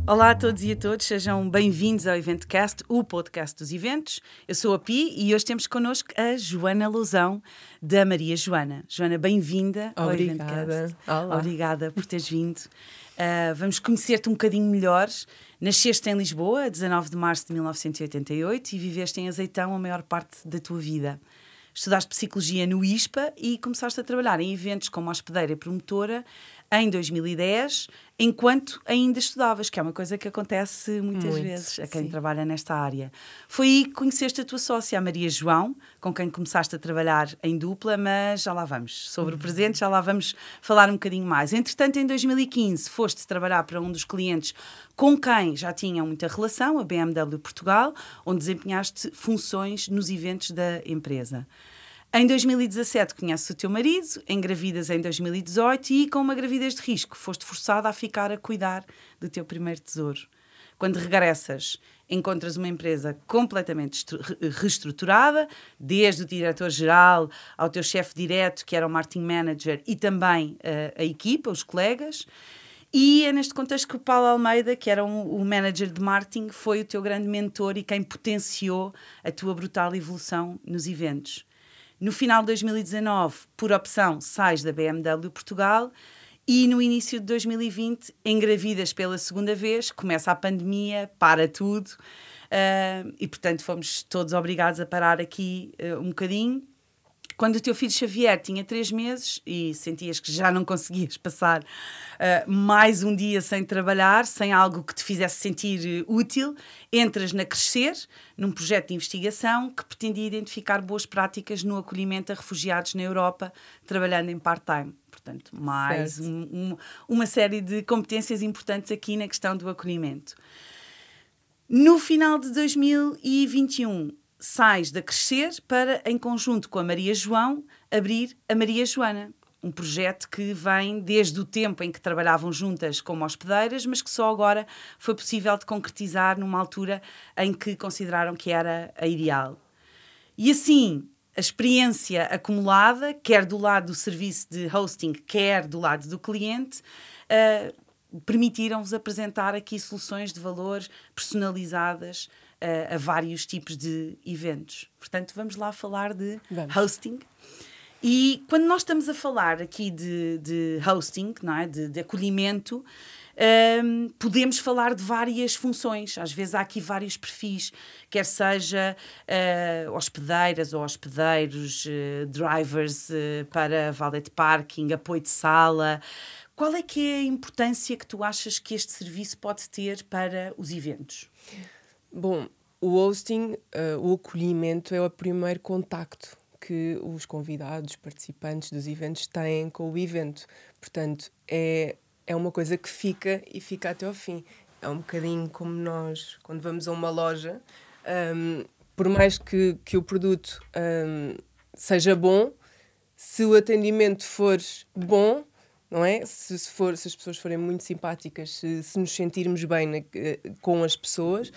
Olá a todos e a todos, sejam bem-vindos ao EventCast, o podcast dos eventos. Eu sou a Pi e hoje temos connosco a Joana Lousão, da Maria Joana. Joana, bem-vinda ao EventCast. Olá. Obrigada por teres vindo. Vamos conhecer-te um bocadinho melhor. Nasceste em Lisboa, a 19 de março de 1988 e viveste em Azeitão a maior parte da tua vida. Estudaste Psicologia no ISPA e começaste a trabalhar em eventos como hospedeira e promotora em 2010, enquanto ainda estudavas, que é uma coisa que acontece muitas vezes a quem trabalha nesta área. Foi aí que conheceste a tua sócia, a Maria João, com quem começaste a trabalhar em dupla, mas já lá vamos. Sobre o presente já lá vamos falar um bocadinho mais. Entretanto, em 2015, foste trabalhar para um dos clientes com quem já tinham muita relação, a BMW Portugal, onde desempenhaste funções nos eventos da empresa. Em 2017 conheces o teu marido, engravidas em 2018 e com uma gravidez de risco foste forçada a ficar a cuidar do teu primeiro tesouro. Quando regressas, encontras uma empresa completamente reestruturada, desde o diretor-geral ao teu chefe direto, que era o marketing manager, e também a equipa, os colegas. E é neste contexto que o Paulo Almeida, que era o manager de marketing, foi o teu grande mentor e quem potenciou a tua brutal evolução nos eventos. No final de 2019, por opção, sais da BMW Portugal e no início de 2020, engravidas pela segunda vez, começa a pandemia, para tudo e, portanto, fomos todos obrigados a parar aqui um bocadinho. Quando o teu filho Xavier tinha 3 meses e sentias que já não conseguias passar mais um dia sem trabalhar, sem algo que te fizesse sentir útil, entras na Crescer, num projeto de investigação que pretendia identificar boas práticas no acolhimento a refugiados na Europa, trabalhando em part-time. Portanto, mais uma série de competências importantes aqui na questão do acolhimento. No final de 2021, sais da Crescer para, em conjunto com a Maria João, abrir a Maria Joana, um projeto que vem desde o tempo em que trabalhavam juntas como hospedeiras, mas que só agora foi possível de concretizar numa altura em que consideraram que era a ideal. E assim, a experiência acumulada, quer do lado do serviço de hosting, quer do lado do cliente, permitiram-vos apresentar aqui soluções de valor personalizadas a vários tipos de eventos. Portanto, vamos lá falar de hosting. E quando nós estamos a falar aqui de hosting, não é? de acolhimento, podemos falar de várias funções. Às vezes há aqui vários perfis, quer seja hospedeiras ou hospedeiros, drivers para valet parking, apoio de sala. Qual é que é a importância que tu achas que este serviço pode ter para os eventos? Bom, o hosting, o acolhimento é o primeiro contacto que os convidados, participantes dos eventos têm com o evento. Portanto, é uma coisa que fica e fica até ao fim. É um bocadinho como nós, quando vamos a uma loja, por mais que o produto seja bom, se o atendimento for bom, não é? Se as pessoas forem muito simpáticas, se nos sentirmos bem com as pessoas,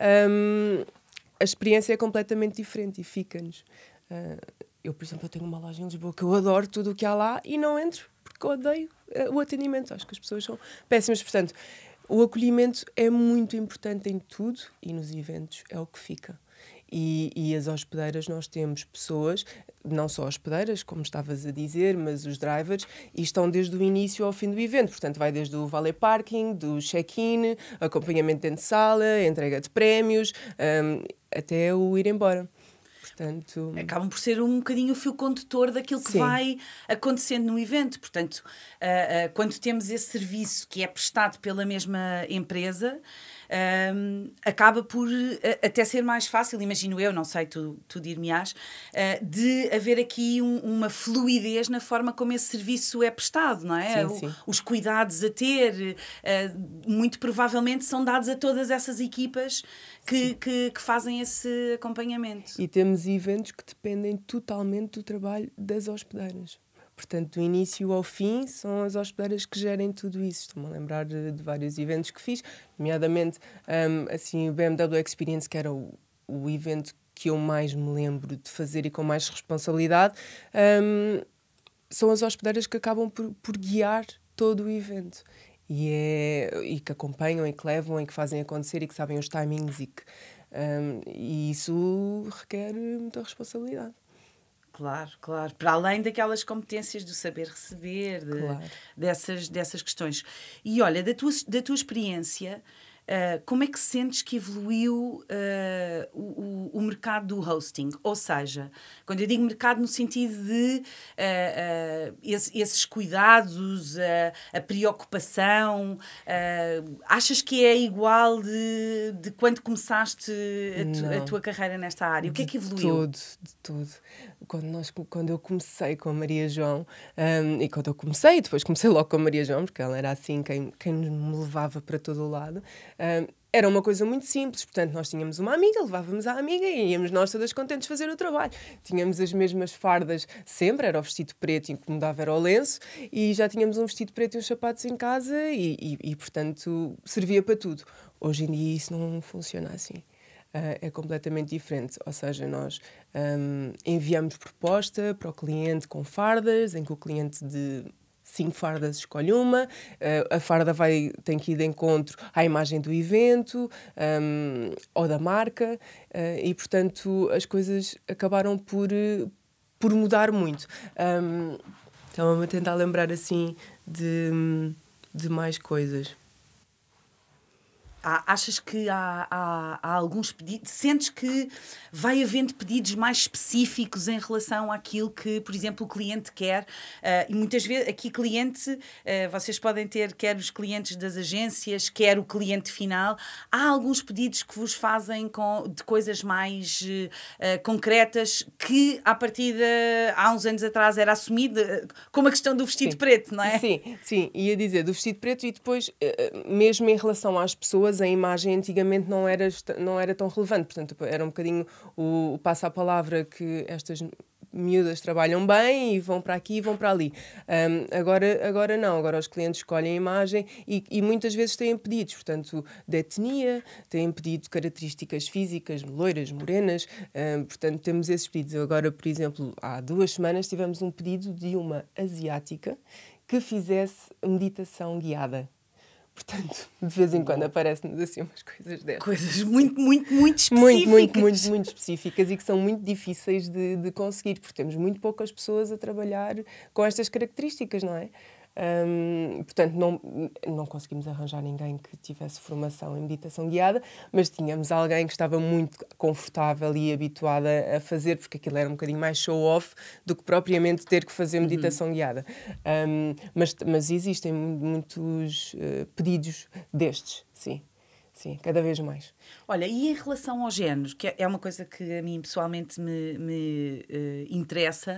a experiência é completamente diferente e fica-nos. Eu, por exemplo, tenho uma loja em Lisboa que eu adoro tudo o que há lá e não entro porque eu odeio o atendimento. Acho que as pessoas são péssimas. Portanto, o acolhimento é muito importante em tudo e nos eventos é o que fica. E as hospedeiras, nós temos pessoas, não só hospedeiras, como estavas a dizer, mas os drivers, e estão desde o início ao fim do evento. Portanto, vai desde o valet parking, do check-in, acompanhamento dentro de sala, entrega de prémios, até o ir embora. Portanto, acabam por ser um bocadinho o fio condutor daquilo que vai acontecendo no evento. Portanto, quando temos esse serviço que é prestado pela mesma empresa, acaba por até ser mais fácil, imagino eu, não sei, tu dir-me-ás, de haver aqui uma fluidez na forma como esse serviço é prestado, não é? Sim. Os cuidados a ter, muito provavelmente são dados a todas essas equipas que fazem esse acompanhamento. E temos eventos que dependem totalmente do trabalho das hospedeiras. Portanto, do início ao fim, são as hospedeiras que gerem tudo isso. Estou-me a lembrar de vários eventos que fiz, nomeadamente assim, o BMW Experience, que era o evento que eu mais me lembro de fazer e com mais responsabilidade. São as hospedeiras que acabam por guiar todo o evento. e que acompanham, e que levam, e que fazem acontecer, e que sabem os timings, e isso requer muita responsabilidade. Claro, claro. Para além daquelas competências do saber receber, Claro. dessas questões. E olha, da tua experiência, como é que sentes que evoluiu o mercado do hosting? Ou seja, quando eu digo mercado no sentido de esses cuidados, a preocupação, achas que é igual de quando começaste a Não. tua carreira nesta área? O que é que evoluiu? De todo. Quando eu comecei com a Maria João, e quando eu comecei, depois comecei logo com a Maria João, porque ela era assim quem me levava para todo o lado, era uma coisa muito simples. Portanto, nós tínhamos uma amiga, levávamos a amiga e íamos nós todas contentes fazer o trabalho. Tínhamos as mesmas fardas sempre, era o vestido preto e o que mudava era o lenço, e já tínhamos um vestido preto e uns sapatos em casa portanto, servia para tudo. Hoje em dia isso não funciona assim. É completamente diferente. Ou seja, nós enviamos proposta para o cliente com fardas, em que o cliente de 5 fardas escolhe uma, a farda tem que ir de encontro à imagem do evento ou da marca, e portanto as coisas acabaram por mudar muito. Estava-me a tentar lembrar assim de mais coisas. Achas que há alguns pedidos? Sentes que vai havendo pedidos mais específicos em relação àquilo que, por exemplo, o cliente quer? E muitas vezes, aqui cliente, vocês podem ter quer os clientes das agências, quer o cliente final. Há alguns pedidos que vos fazem de coisas mais concretas que, à partida, há uns anos atrás era assumido, como a questão do vestido preto, não é? Sim. Ia dizer do vestido preto, e depois, mesmo em relação às pessoas, a imagem antigamente não era tão relevante. Portanto, era um bocadinho o passo-a-palavra que estas miúdas trabalham bem e vão para aqui e vão para ali. Agora não. Agora os clientes escolhem a imagem e muitas vezes têm pedidos, portanto, de etnia, têm pedido de características físicas, loiras, morenas, portanto, temos esses pedidos. Agora, por exemplo, há 2 semanas tivemos um pedido de uma asiática que fizesse meditação guiada. Portanto, de vez em quando aparecem-nos assim umas coisas dessas. Coisas muito, muito, muito específicas. Muito específicas e que são muito difíceis de conseguir, porque temos muito poucas pessoas a trabalhar com estas características, não é? Portanto, não conseguimos arranjar ninguém que tivesse formação em meditação guiada, mas tínhamos alguém que estava muito confortável e habituada a fazer, porque aquilo era um bocadinho mais show-off do que propriamente ter que fazer meditação guiada. Mas existem muitos pedidos destes, sim. Sim, cada vez mais. Olha, e em relação ao género, que é uma coisa que a mim pessoalmente me interessa,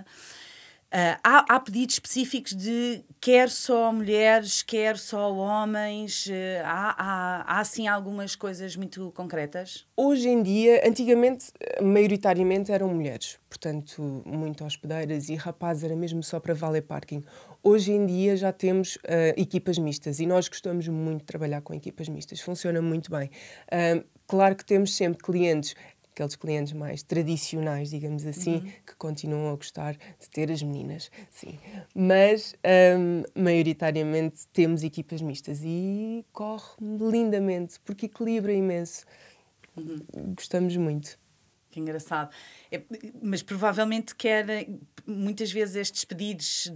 há pedidos específicos de quer só mulheres, quer só homens? Há assim algumas coisas muito concretas? Hoje em dia, antigamente, maioritariamente eram mulheres, portanto, muito hospedeiras, e rapazes era mesmo só para valet parking. Hoje em dia já temos equipas mistas e nós gostamos muito de trabalhar com equipas mistas, funciona muito bem. Claro que temos sempre clientes, aqueles clientes mais tradicionais, digamos assim, que continuam a gostar de ter as meninas, sim. Mas, maioritariamente, temos equipas mistas e corre lindamente, porque equilibra imenso. Gostamos muito. Que engraçado. Mas provavelmente muitas vezes estes pedidos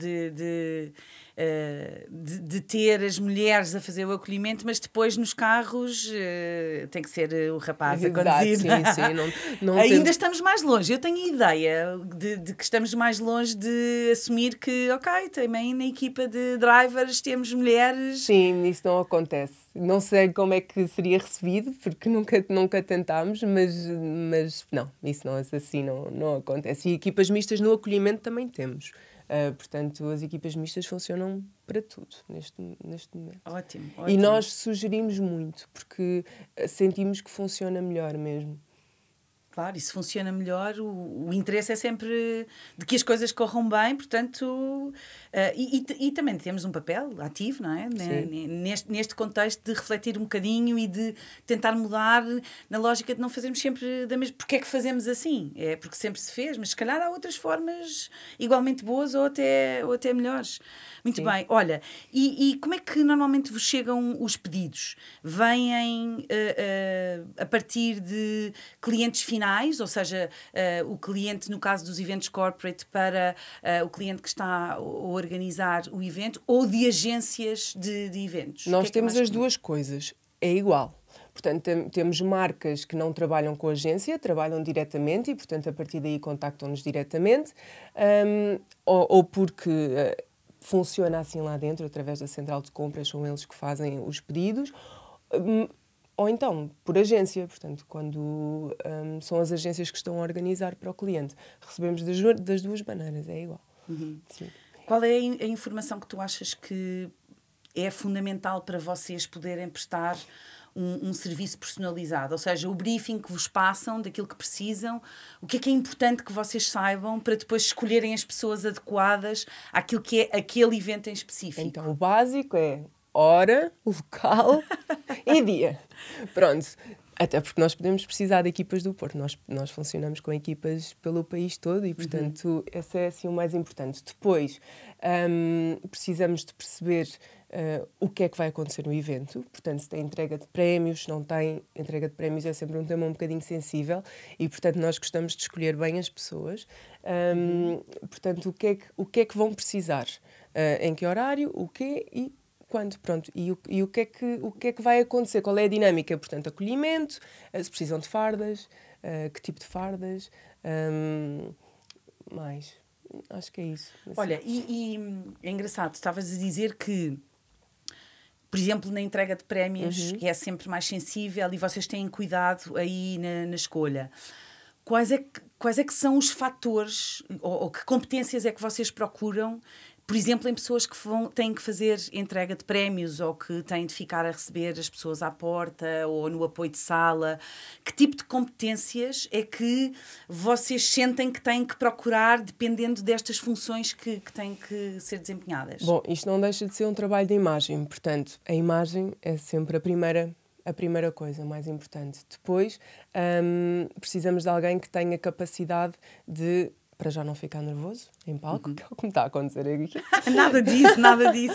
de ter as mulheres a fazer o acolhimento, mas depois nos carros tem que ser o rapaz a conduzir. Sim. Não Ainda estamos mais longe. Eu tenho a ideia de que estamos mais longe de assumir que, ok, também na equipa de drivers temos mulheres. Sim, isso não acontece. Não sei como é que seria recebido, porque nunca tentámos, mas não, isso não é assim, não acontece. E equipas mistas no acolhimento também temos. Portanto, as equipas mistas funcionam para tudo neste momento. Ótimo. E nós sugerimos muito, porque sentimos que funciona melhor mesmo. Claro, e se funciona melhor, o interesse é sempre de que as coisas corram bem, portanto, e também temos um papel ativo, não é? Neste contexto de refletir um bocadinho e de tentar mudar na lógica de não fazermos sempre da mesma. Porque é que fazemos assim? É porque sempre se fez, mas se calhar há outras formas igualmente boas ou até melhores. Muito bem, olha, e como é que normalmente vos chegam os pedidos? Vêm a partir de clientes finais, ou seja, o cliente, no caso dos eventos corporate, para o cliente que está a organizar o evento, ou de agências de eventos? Nós temos as duas coisas, é igual. Portanto, temos marcas que não trabalham com a agência, trabalham diretamente e, portanto, a partir daí contactam-nos diretamente, ou porque funciona assim lá dentro, através da central de compras, são eles que fazem os pedidos, ou então por agência, portanto, quando são as agências que estão a organizar para o cliente. Recebemos das duas maneiras, é igual. Sim. Qual é a informação que tu achas que é fundamental para vocês poderem prestar um serviço personalizado? Ou seja, o briefing que vos passam, daquilo que precisam, o que é importante que vocês saibam para depois escolherem as pessoas adequadas àquilo que é aquele evento em específico? Então, o básico é hora, local e dia. Pronto. Até porque nós podemos precisar de equipas do Porto. Nós funcionamos com equipas pelo país todo e, portanto, esse é assim o mais importante. Depois, precisamos de perceber o que é que vai acontecer no evento. Portanto, se tem entrega de prémios, se não tem entrega de prémios, é sempre um tema um bocadinho sensível e, portanto, nós gostamos de escolher bem as pessoas. Portanto, o que é que vão precisar? Em que horário, o quê e quando, pronto, e o que é que vai acontecer? Qual é a dinâmica? Portanto, acolhimento, se precisam de fardas, que tipo de fardas, mais, acho que é isso. Assim. Olha, e é engraçado, estavas a dizer que, por exemplo, na entrega de prémios, que é sempre mais sensível e vocês têm cuidado aí na escolha. Quais é que são os fatores ou que competências é que vocês procuram, por exemplo, em pessoas que têm que fazer entrega de prémios ou que têm de ficar a receber as pessoas à porta ou no apoio de sala? Que tipo de competências é que vocês sentem que têm que procurar dependendo destas funções que têm que ser desempenhadas? Bom, isto não deixa de ser um trabalho de imagem, portanto, a imagem é sempre a primeira coisa, mais importante. Depois, precisamos de alguém que tenha capacidade de, para já não ficar nervoso em palco, que é o que me está a acontecer aqui. Nada disso.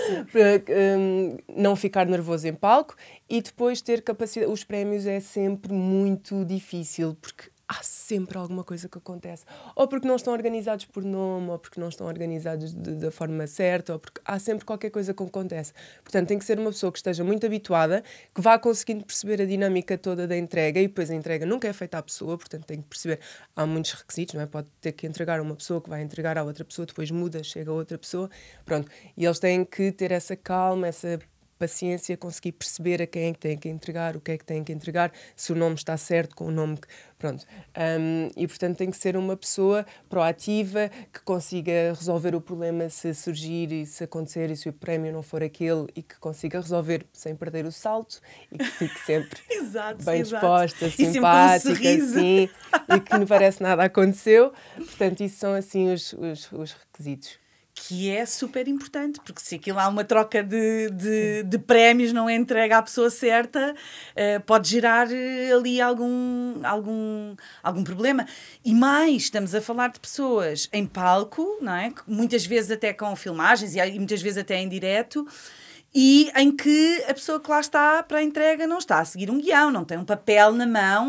Não ficar nervoso em palco e depois ter capacidade. Os prémios é sempre muito difícil, porque há sempre alguma coisa que acontece. Ou porque não estão organizados por nome, ou porque não estão organizados da forma certa, ou porque há sempre qualquer coisa que acontece. Portanto, tem que ser uma pessoa que esteja muito habituada, que vá conseguindo perceber a dinâmica toda da entrega, e depois a entrega nunca é feita à pessoa, portanto tem que perceber, há muitos requisitos, não é? Pode ter que entregar a uma pessoa que vai entregar à outra pessoa, depois muda, chega a outra pessoa, pronto. E eles têm que ter essa calma, essa paciência, conseguir perceber a quem é que tem que entregar, o que é que tem que entregar, se o nome está certo com o nome que... Pronto. E, portanto, tem que ser uma pessoa proativa, que consiga resolver o problema se surgir e se acontecer e se o prémio não for aquele e que consiga resolver sem perder o salto e que fique sempre bem disposta, simpática, assim, e que não parece nada aconteceu. Portanto, isso são, assim, os requisitos. Que é super importante, porque se aquilo há uma troca de prémios, não é entregue à pessoa certa, pode gerar ali algum problema. E mais, estamos a falar de pessoas em palco, não é? Muitas vezes até com filmagens e muitas vezes até em direto, e em que a pessoa que lá está para a entrega não está a seguir um guião, não tem um papel na mão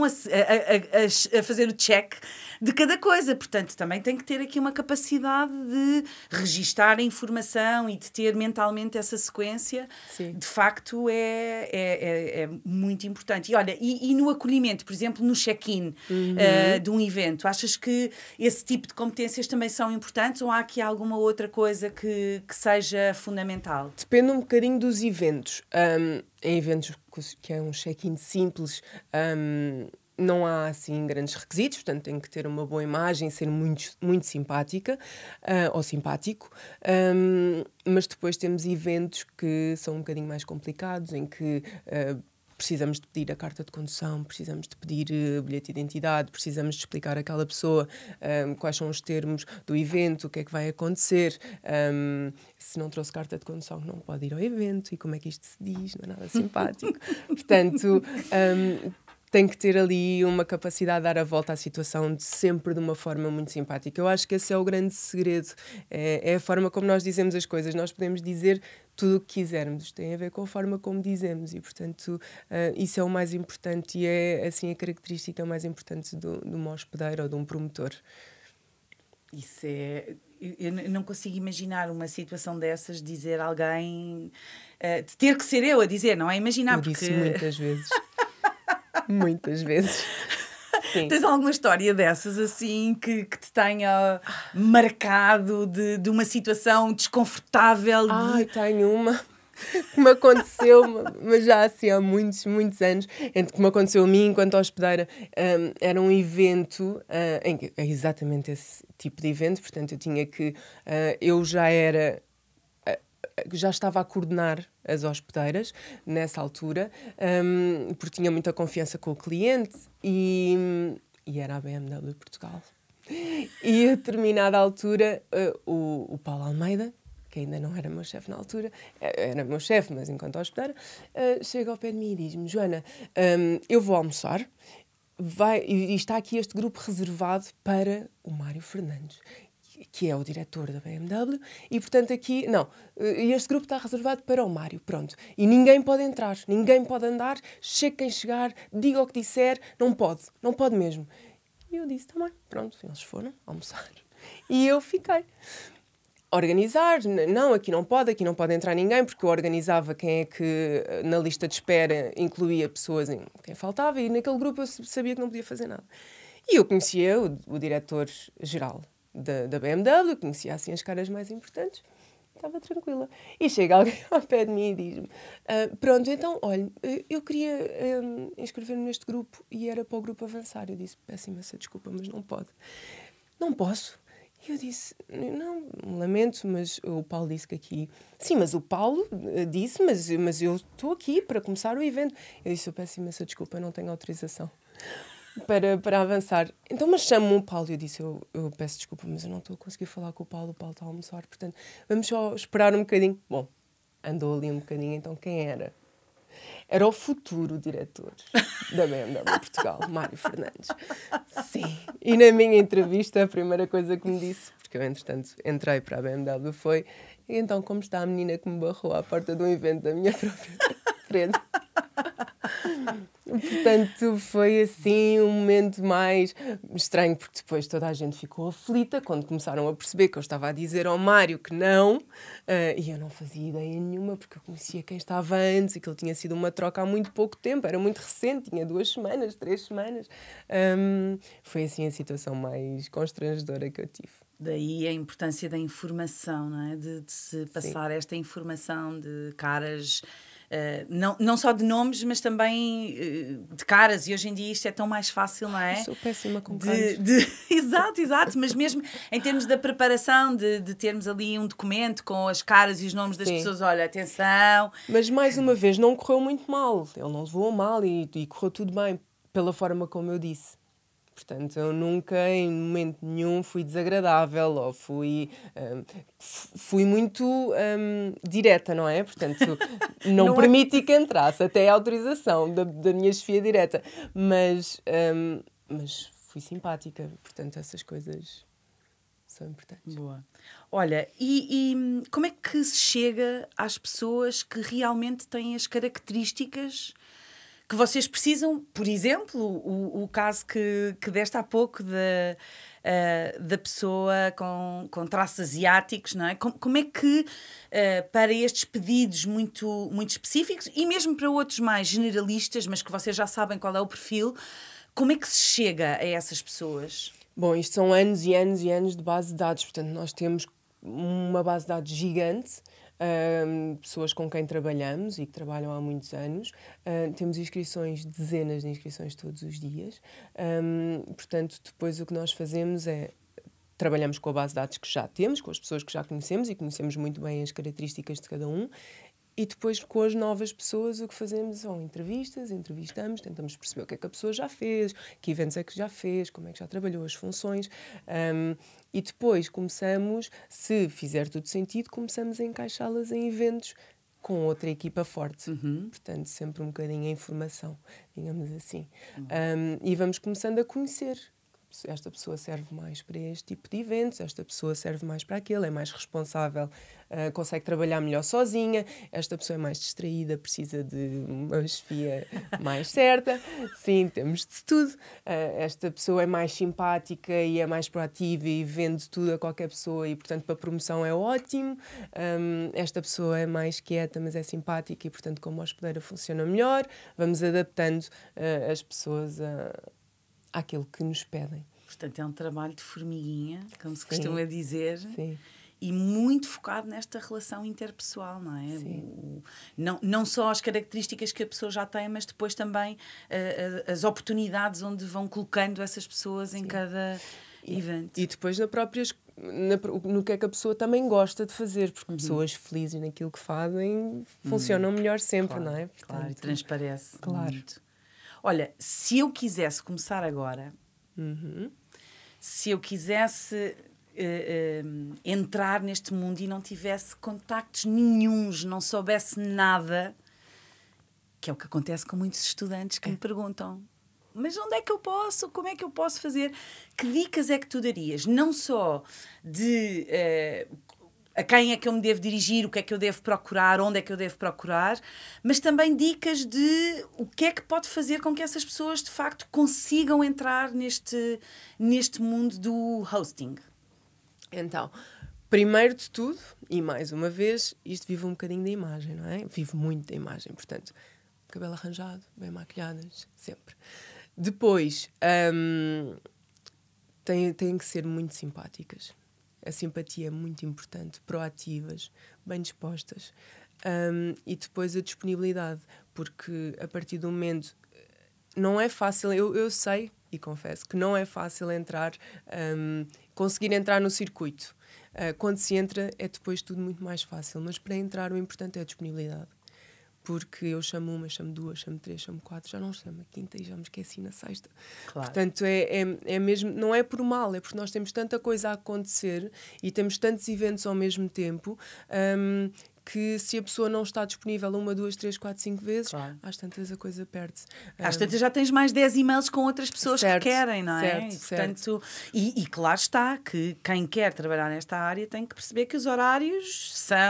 a fazer o check de cada coisa. Portanto, também tem que ter aqui uma capacidade de registar a informação e de ter mentalmente essa sequência. Sim. De facto, é muito importante. E olha, e no acolhimento, por exemplo, no check-in de um evento, achas que esse tipo de competências também são importantes ou há aqui alguma outra coisa que seja fundamental? Depende um bocadinho dos eventos. Em eventos que é um check-in simples, não há assim grandes requisitos, portanto tem que ter uma boa imagem, ser muito, muito simpática ou simpático, mas depois temos eventos que são um bocadinho mais complicados, em que precisamos de pedir a carta de condução, precisamos de pedir o bilhete de identidade, precisamos de explicar àquela pessoa quais são os termos do evento, o que é que vai acontecer, se não trouxe carta de condução não pode ir ao evento, e como é que isto se diz, não é nada simpático. Portanto, tem que ter ali uma capacidade de dar a volta à situação sempre de uma forma muito simpática. Eu acho que esse é o grande segredo, é a forma como nós dizemos as coisas. Nós podemos dizer tudo o que quisermos, tem a ver com a forma como dizemos, e portanto isso é o mais importante, e é assim a característica mais importante de um hospedeiro ou de um promotor. Isso é... Eu não consigo imaginar uma situação dessas, dizer a alguém, de ter que ser eu a dizer, não é imaginar, eu disse muitas vezes. Muitas vezes. Sim. Tens alguma história dessas, assim, que te tenha marcado de uma situação desconfortável? Tenho uma que me aconteceu, mas já assim há muitos, muitos anos, que me aconteceu a mim enquanto hospedeira. Era um evento, é exatamente esse tipo de evento, portanto eu tinha que... eu já estava a coordenar as hospedeiras nessa altura, porque tinha muita confiança com o cliente, e era a BMW Portugal. E a determinada altura, o Paulo Almeida, que ainda não era meu chefe na altura, era meu chefe, mas enquanto hospedeira, chega ao pé de mim e diz-me: Joana, eu vou almoçar, e está aqui este grupo reservado para o Mário Fernandes, que é o diretor da BMW, e portanto aqui, não, este grupo está reservado para o Mário, pronto. E ninguém pode entrar, ninguém pode andar, chegue quem chegar, diga o que disser, não pode mesmo. E eu disse, tá bem, pronto, eles foram almoçar. E eu fiquei a organizar, não, aqui não pode entrar ninguém, porque eu organizava quem é que na lista de espera incluía pessoas em quem faltava, e naquele grupo eu sabia que não podia fazer nada. E eu conhecia o diretor-geral da BMW, conhecia assim as caras mais importantes, estava tranquila. E chega alguém ao pé de mim e diz-me: pronto, então, olha, eu queria inscrever-me neste grupo e era para o grupo avançar. Eu disse: peço imensa desculpa, mas não pode. Não posso. E eu disse: não, lamento, mas o Paulo disse que aqui... Sim, mas o Paulo disse, mas eu estou aqui para começar o evento. Eu disse: eu peço imensa desculpa, não tenho autorização para avançar. Então, mas chamo-me o Paulo. E eu disse: eu peço desculpa, mas eu não estou a conseguir falar com o Paulo está a almoçar, portanto, vamos só esperar um bocadinho. Bom, andou ali um bocadinho, então quem era? Era o futuro diretor da BMW Portugal, Mário Fernandes. Sim. E na minha entrevista, a primeira coisa que me disse, porque eu, entretanto, entrei para a BMW, foi: e então, como está a menina que me barrou à porta de um evento da minha própria empresa? Portanto, foi assim um momento mais estranho, porque depois toda a gente ficou aflita quando começaram a perceber que eu estava a dizer ao Mário que não, e eu não fazia ideia nenhuma, porque eu conhecia quem estava antes, e que ele tinha sido uma troca há muito pouco tempo, era muito recente, tinha 2 semanas, 3 semanas. Foi assim a situação mais constrangedora que eu tive. Daí a importância da informação, não é? De se passar esta informação de caras... não só de nomes, mas também de caras, e hoje em dia isto é tão mais fácil, não é? Eu sou péssima com caras. Exato, mas mesmo em termos da preparação, de termos ali um documento com as caras e os nomes das pessoas, olha, atenção. Mas mais uma vez, não correu muito mal, ele não levou mal e correu tudo bem, pela forma como eu disse. Portanto, eu nunca, em momento nenhum, fui desagradável ou fui muito direta, não é? Portanto, não permiti que entrasse, até a autorização da minha chefia direta. Mas fui simpática, portanto, essas coisas são importantes. Boa. Olha, e como é que se chega às pessoas que realmente têm as características que vocês precisam? Por exemplo, o caso que deste há pouco da pessoa com traços asiáticos, não é? Como é que, para estes pedidos muito, muito específicos, e mesmo para outros mais generalistas, mas que vocês já sabem qual é o perfil, como é que se chega a essas pessoas? Bom, isto são anos e anos e anos de base de dados, portanto, nós temos uma base de dados gigante, pessoas com quem trabalhamos e que trabalham há muitos anos. Temos inscrições, dezenas de inscrições todos os dias. Portanto, depois o que nós fazemos é trabalhamos com a base de dados que já temos, com as pessoas que já conhecemos e conhecemos muito bem as características de cada um, E depois, com as novas pessoas, o que fazemos são entrevistamos, tentamos perceber o que é que a pessoa já fez, que eventos é que já fez, como é que já trabalhou, as funções. E depois começamos, se fizer tudo sentido, começamos a encaixá-las em eventos com outra equipa forte. Portanto, sempre um bocadinho a informação, digamos assim. E vamos começando a conhecer. Esta pessoa serve mais para este tipo de eventos, esta pessoa serve mais para aquele, é mais responsável, consegue trabalhar melhor sozinha, esta pessoa é mais distraída, precisa de uma chefia mais certa. Sim, temos de tudo. Esta pessoa é mais simpática e é mais proativa e vende tudo a qualquer pessoa e, portanto, para a promoção é ótimo. Esta pessoa é mais quieta, mas é simpática e, portanto, como hospedeira funciona melhor. Vamos adaptando as pessoas àquilo que nos pedem. Portanto, é um trabalho de formiguinha, como se costuma dizer. Sim. E muito focado nesta relação interpessoal, não é? Não só as características que a pessoa já tem, mas depois também as oportunidades onde vão colocando essas pessoas em cada evento. E depois no que é que a pessoa também gosta de fazer, porque pessoas felizes naquilo que fazem funcionam melhor sempre, claro, não é? Portanto, claro, e transparece muito. Olha, se eu quisesse começar agora, se eu quisesse entrar neste mundo e não tivesse contactos nenhuns, não soubesse nada, que é o que acontece com muitos estudantes que me perguntam: mas onde é que eu posso? Como é que eu posso fazer? Que dicas é que tu darias? Não só de a quem é que eu me devo dirigir, o que é que eu devo procurar, onde é que eu devo procurar, mas também dicas de o que é que pode fazer com que essas pessoas, de facto, consigam entrar neste mundo do hosting. Então, primeiro de tudo, e mais uma vez, isto vive um bocadinho da imagem, não é? Vive muito da imagem, portanto, cabelo arranjado, bem maquilhadas, sempre. Depois, têm que ser muito simpáticas. A simpatia é muito importante, proativas, bem dispostas. E depois a disponibilidade, porque a partir do momento... Não é fácil, eu sei e confesso que não é fácil conseguir entrar no circuito. Quando se entra é depois tudo muito mais fácil, mas para entrar o importante é a disponibilidade. Porque eu chamo uma, chamo duas, chamo três, chamo quatro, já não chamo a quinta e já me esqueci na sexta. Claro. Portanto, é mesmo, não é por mal, é porque nós temos tanta coisa a acontecer e temos tantos eventos ao mesmo tempo, que se a pessoa não está disponível 1, 2, 3, 4, 5 vezes, claro, às tantas a coisa perde-se. Às tantas já tens mais 10 e-mails com outras pessoas que querem, não é? Certo, e, portanto, e claro está que quem quer trabalhar nesta área tem que perceber que os horários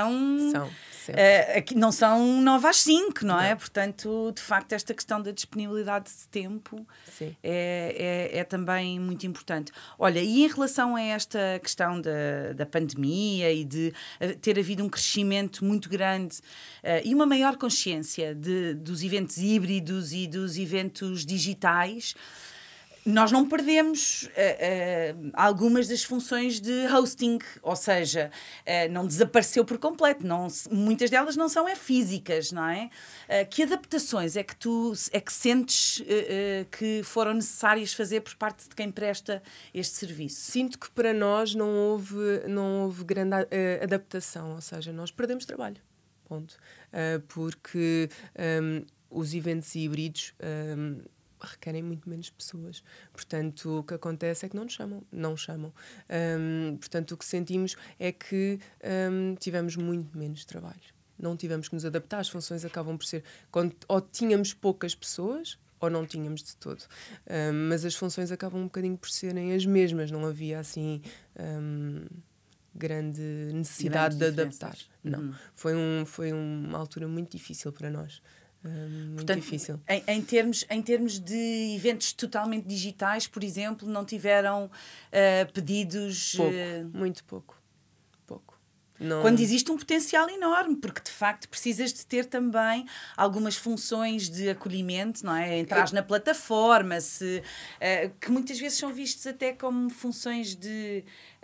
não são 9 às 5, não é? Portanto, de facto, esta questão da disponibilidade de tempo é também muito importante. Olha, e em relação a esta questão da pandemia e de ter havido um crescimento muito grande e uma maior consciência dos eventos híbridos e dos eventos digitais, nós não perdemos algumas das funções de hosting, ou seja, não desapareceu por completo, muitas delas não são físicas, não é? Que adaptações é que sentes que foram necessárias fazer por parte de quem presta este serviço? Sinto que para nós não houve grande adaptação, ou seja, nós perdemos trabalho, ponto. Porque os eventos híbridos requerem muito menos pessoas. Portanto, o que acontece é que não chamam. Portanto, o que sentimos é que tivemos muito menos trabalho. Não tivemos que nos adaptar, as funções acabam por ser... ou tínhamos poucas pessoas, ou não tínhamos de todo. Mas as funções acabam um bocadinho por serem as mesmas. Não havia, assim... grande necessidade de adaptar. Não. Foi uma altura muito difícil para nós. Muito Portanto, difícil. Em termos de eventos totalmente digitais, por exemplo, não tiveram pedidos... Muito pouco. Não... Quando existe um potencial enorme, porque de facto precisas de ter também algumas funções de acolhimento, não é? Entrares na plataforma, que muitas vezes são vistos até como funções de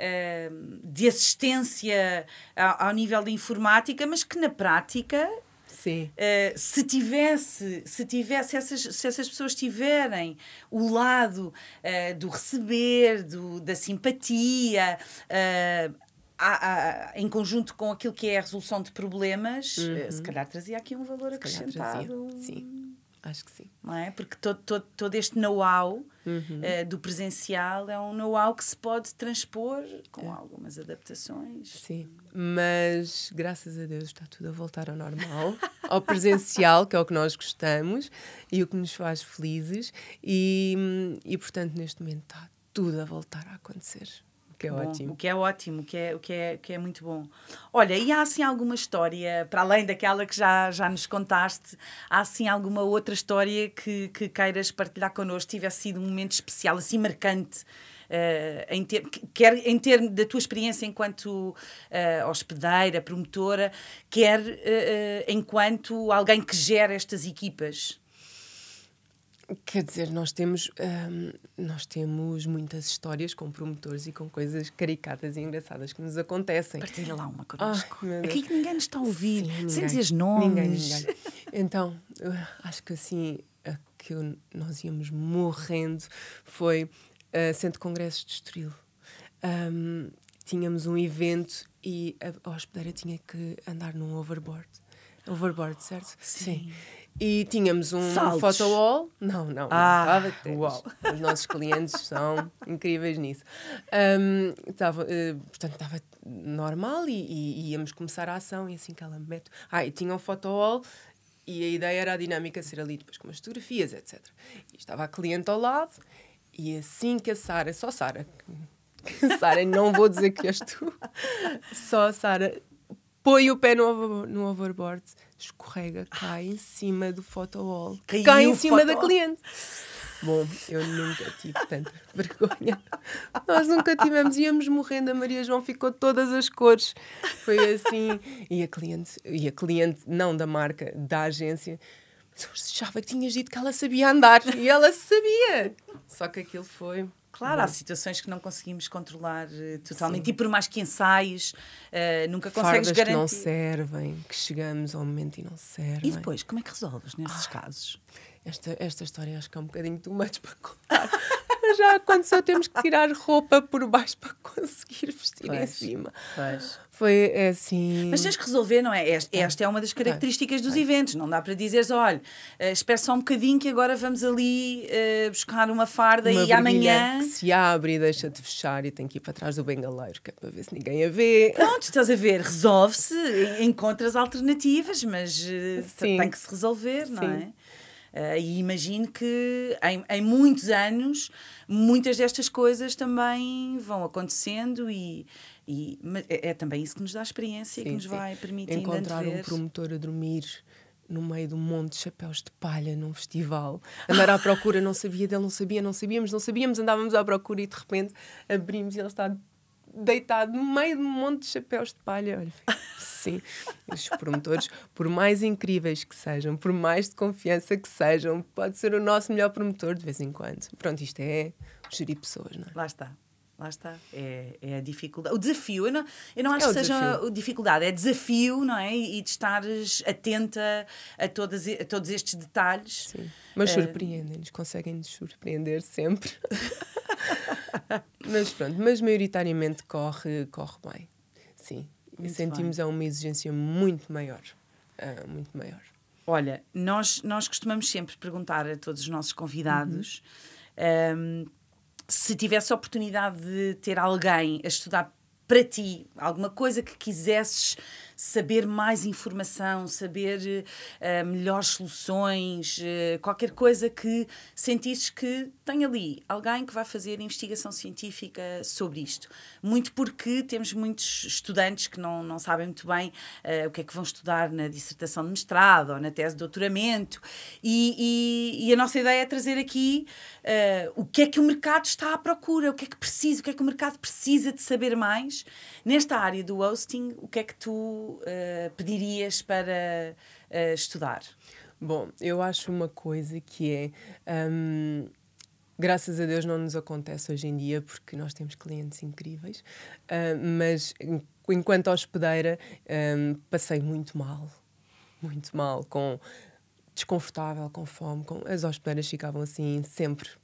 assistência ao nível da informática, mas que na prática... Sim. Se essas pessoas tiverem o lado do receber, da simpatia, em conjunto com aquilo que é a resolução de problemas, se calhar trazia aqui um valor acrescentado. Sim, acho que sim. Não é? Porque todo este know-how do presencial é um know-how que se pode transpor com algumas adaptações. Sim, mas graças a Deus está tudo a voltar ao normal, ao presencial, que é o que nós gostamos e o que nos faz felizes, e portanto neste momento está tudo a voltar a acontecer. Que é bom, ótimo. O que é ótimo, o que é muito bom. Olha, e há assim alguma história, para além daquela que já nos contaste, há assim alguma outra história que queiras partilhar connosco, tivesse sido um momento especial, assim marcante, quer em termos da tua experiência enquanto hospedeira, promotora, quer enquanto alguém que gera estas equipas? Quer dizer, nós temos muitas histórias com promotores e com coisas caricatas e engraçadas que nos acontecem. Partilha lá uma connosco. Oh, aqui que ninguém nos está a ouvir, sim, sem dizer nomes. Ninguém. Então, acho que assim, a que nós íamos morrendo foi Centro de Congressos de Estoril. Tínhamos um evento e a hospedeira tinha que andar num overboard. Overboard, certo? Sim. E tínhamos um Saltos. photo wall. Não. Uau. Os nossos clientes são incríveis nisso. Portanto, estava normal e íamos começar a ação e assim que ela me mete... e tinha um photo wall e a ideia era a dinâmica ser ali depois com as fotografias, etc. E estava a cliente ao lado e assim que a Sara... Só Sara... Sara, não vou dizer que és tu. Só a Sara... Põe o pé no overboard, escorrega, cai em cima do photo wall, cai em cima da cliente. Bom, eu nunca tive tanta vergonha. Nós nunca tivemos, íamos morrendo. A Maria João ficou de todas as cores. Foi assim. E a cliente, não da marca, da agência, achava que tinhas dito que ela sabia andar. E ela sabia. Só que aquilo foi... Claro, há situações que não conseguimos controlar totalmente. Sim. E por mais que ensaies, nunca consegues Fardas garantir. Que não servem, que chegamos ao momento e não servem. E depois, como é que resolves nesses casos? Esta história acho que é um bocadinho too much para contar. Já aconteceu, temos que tirar roupa por baixo para conseguir vestir em cima. Foi assim... Mas tens que resolver, não é? Esta é uma das características dos eventos. Não dá para dizeres, olha, espera só um bocadinho que agora vamos ali buscar uma farda e amanhã... que se abre e deixa de fechar e tem que ir para trás do bengaleiro, que é para ver se ninguém a vê. Pronto, estás a ver, resolve-se, encontras alternativas, mas tem que se resolver, não é? E imagino que em muitos anos muitas destas coisas também vão acontecendo e é também isso que nos dá experiência, que nos vai permitindo encontrar um promotor a dormir no meio de um monte de chapéus de palha num festival, andar à procura, não sabia dele, não sabíamos, andávamos à procura e de repente abrimos e ele está deitado no meio de um monte de chapéus de palha. Olha, sim, os promotores, por mais incríveis que sejam, por mais de confiança que sejam, pode ser o nosso melhor promotor de vez em quando. Pronto, isto é gerir pessoas, não é? Lá está. É a dificuldade. O desafio, eu não acho que seja dificuldade, é desafio, não é? E de estares atenta a todos estes detalhes. Sim, mas surpreendem-nos, conseguem-nos surpreender sempre. Mas pronto, mas maioritariamente corre bem. Sim, e sentimos uma exigência muito maior. Muito maior. Olha, nós costumamos sempre perguntar a todos os nossos convidados se tivesse a oportunidade de ter alguém a estudar para ti, alguma coisa que quisesses saber mais informação, saber melhores soluções, qualquer coisa que sentisses que tem ali alguém que vai fazer investigação científica sobre isto. Muito porque temos muitos estudantes que não sabem muito bem o que é que vão estudar na dissertação de mestrado ou na tese de doutoramento e a nossa ideia é trazer aqui o que é que o mercado está à procura, o que é que o mercado precisa de saber mais. Nesta área do hosting, o que é que tu pedirias para estudar? Bom, eu acho uma coisa que é... graças a Deus não nos acontece hoje em dia, porque nós temos clientes incríveis, mas enquanto hospedeira passei muito mal, desconfortável, com fome, as hospedeiras ficavam assim sempre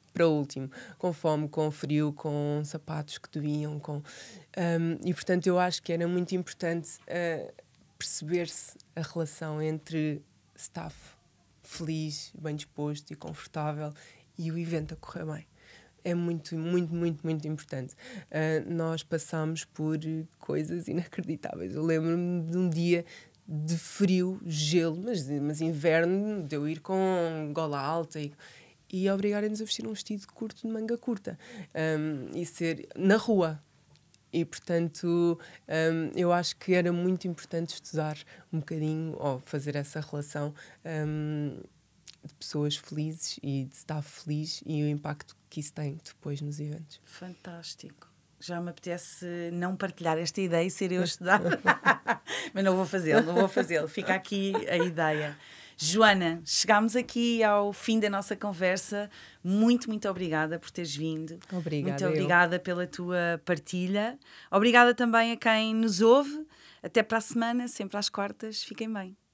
para o último, com fome, com frio, com sapatos que doíam, e portanto eu acho que era muito importante perceber-se a relação entre staff feliz, bem disposto e confortável e o evento a correr bem. É muito, muito, muito, muito importante. Nós passamos por coisas inacreditáveis. Eu lembro-me de um dia de frio, gelo, mas inverno, de eu ir com gola alta e obrigarem-nos a vestir um vestido curto de manga curta e ser na rua. E, portanto, eu acho que era muito importante estudar um bocadinho, ou fazer essa relação de pessoas felizes e de staff feliz e o impacto que isso tem depois nos eventos. Fantástico. Já me apetece não partilhar esta ideia e ser eu a estudar. Mas não vou fazê-lo. Fica aqui a ideia. Joana, chegámos aqui ao fim da nossa conversa. Muito, muito obrigada por teres vindo. Obrigada. Muito obrigada pela tua partilha. Obrigada também a quem nos ouve. Até para a semana, sempre às quartas. Fiquem bem.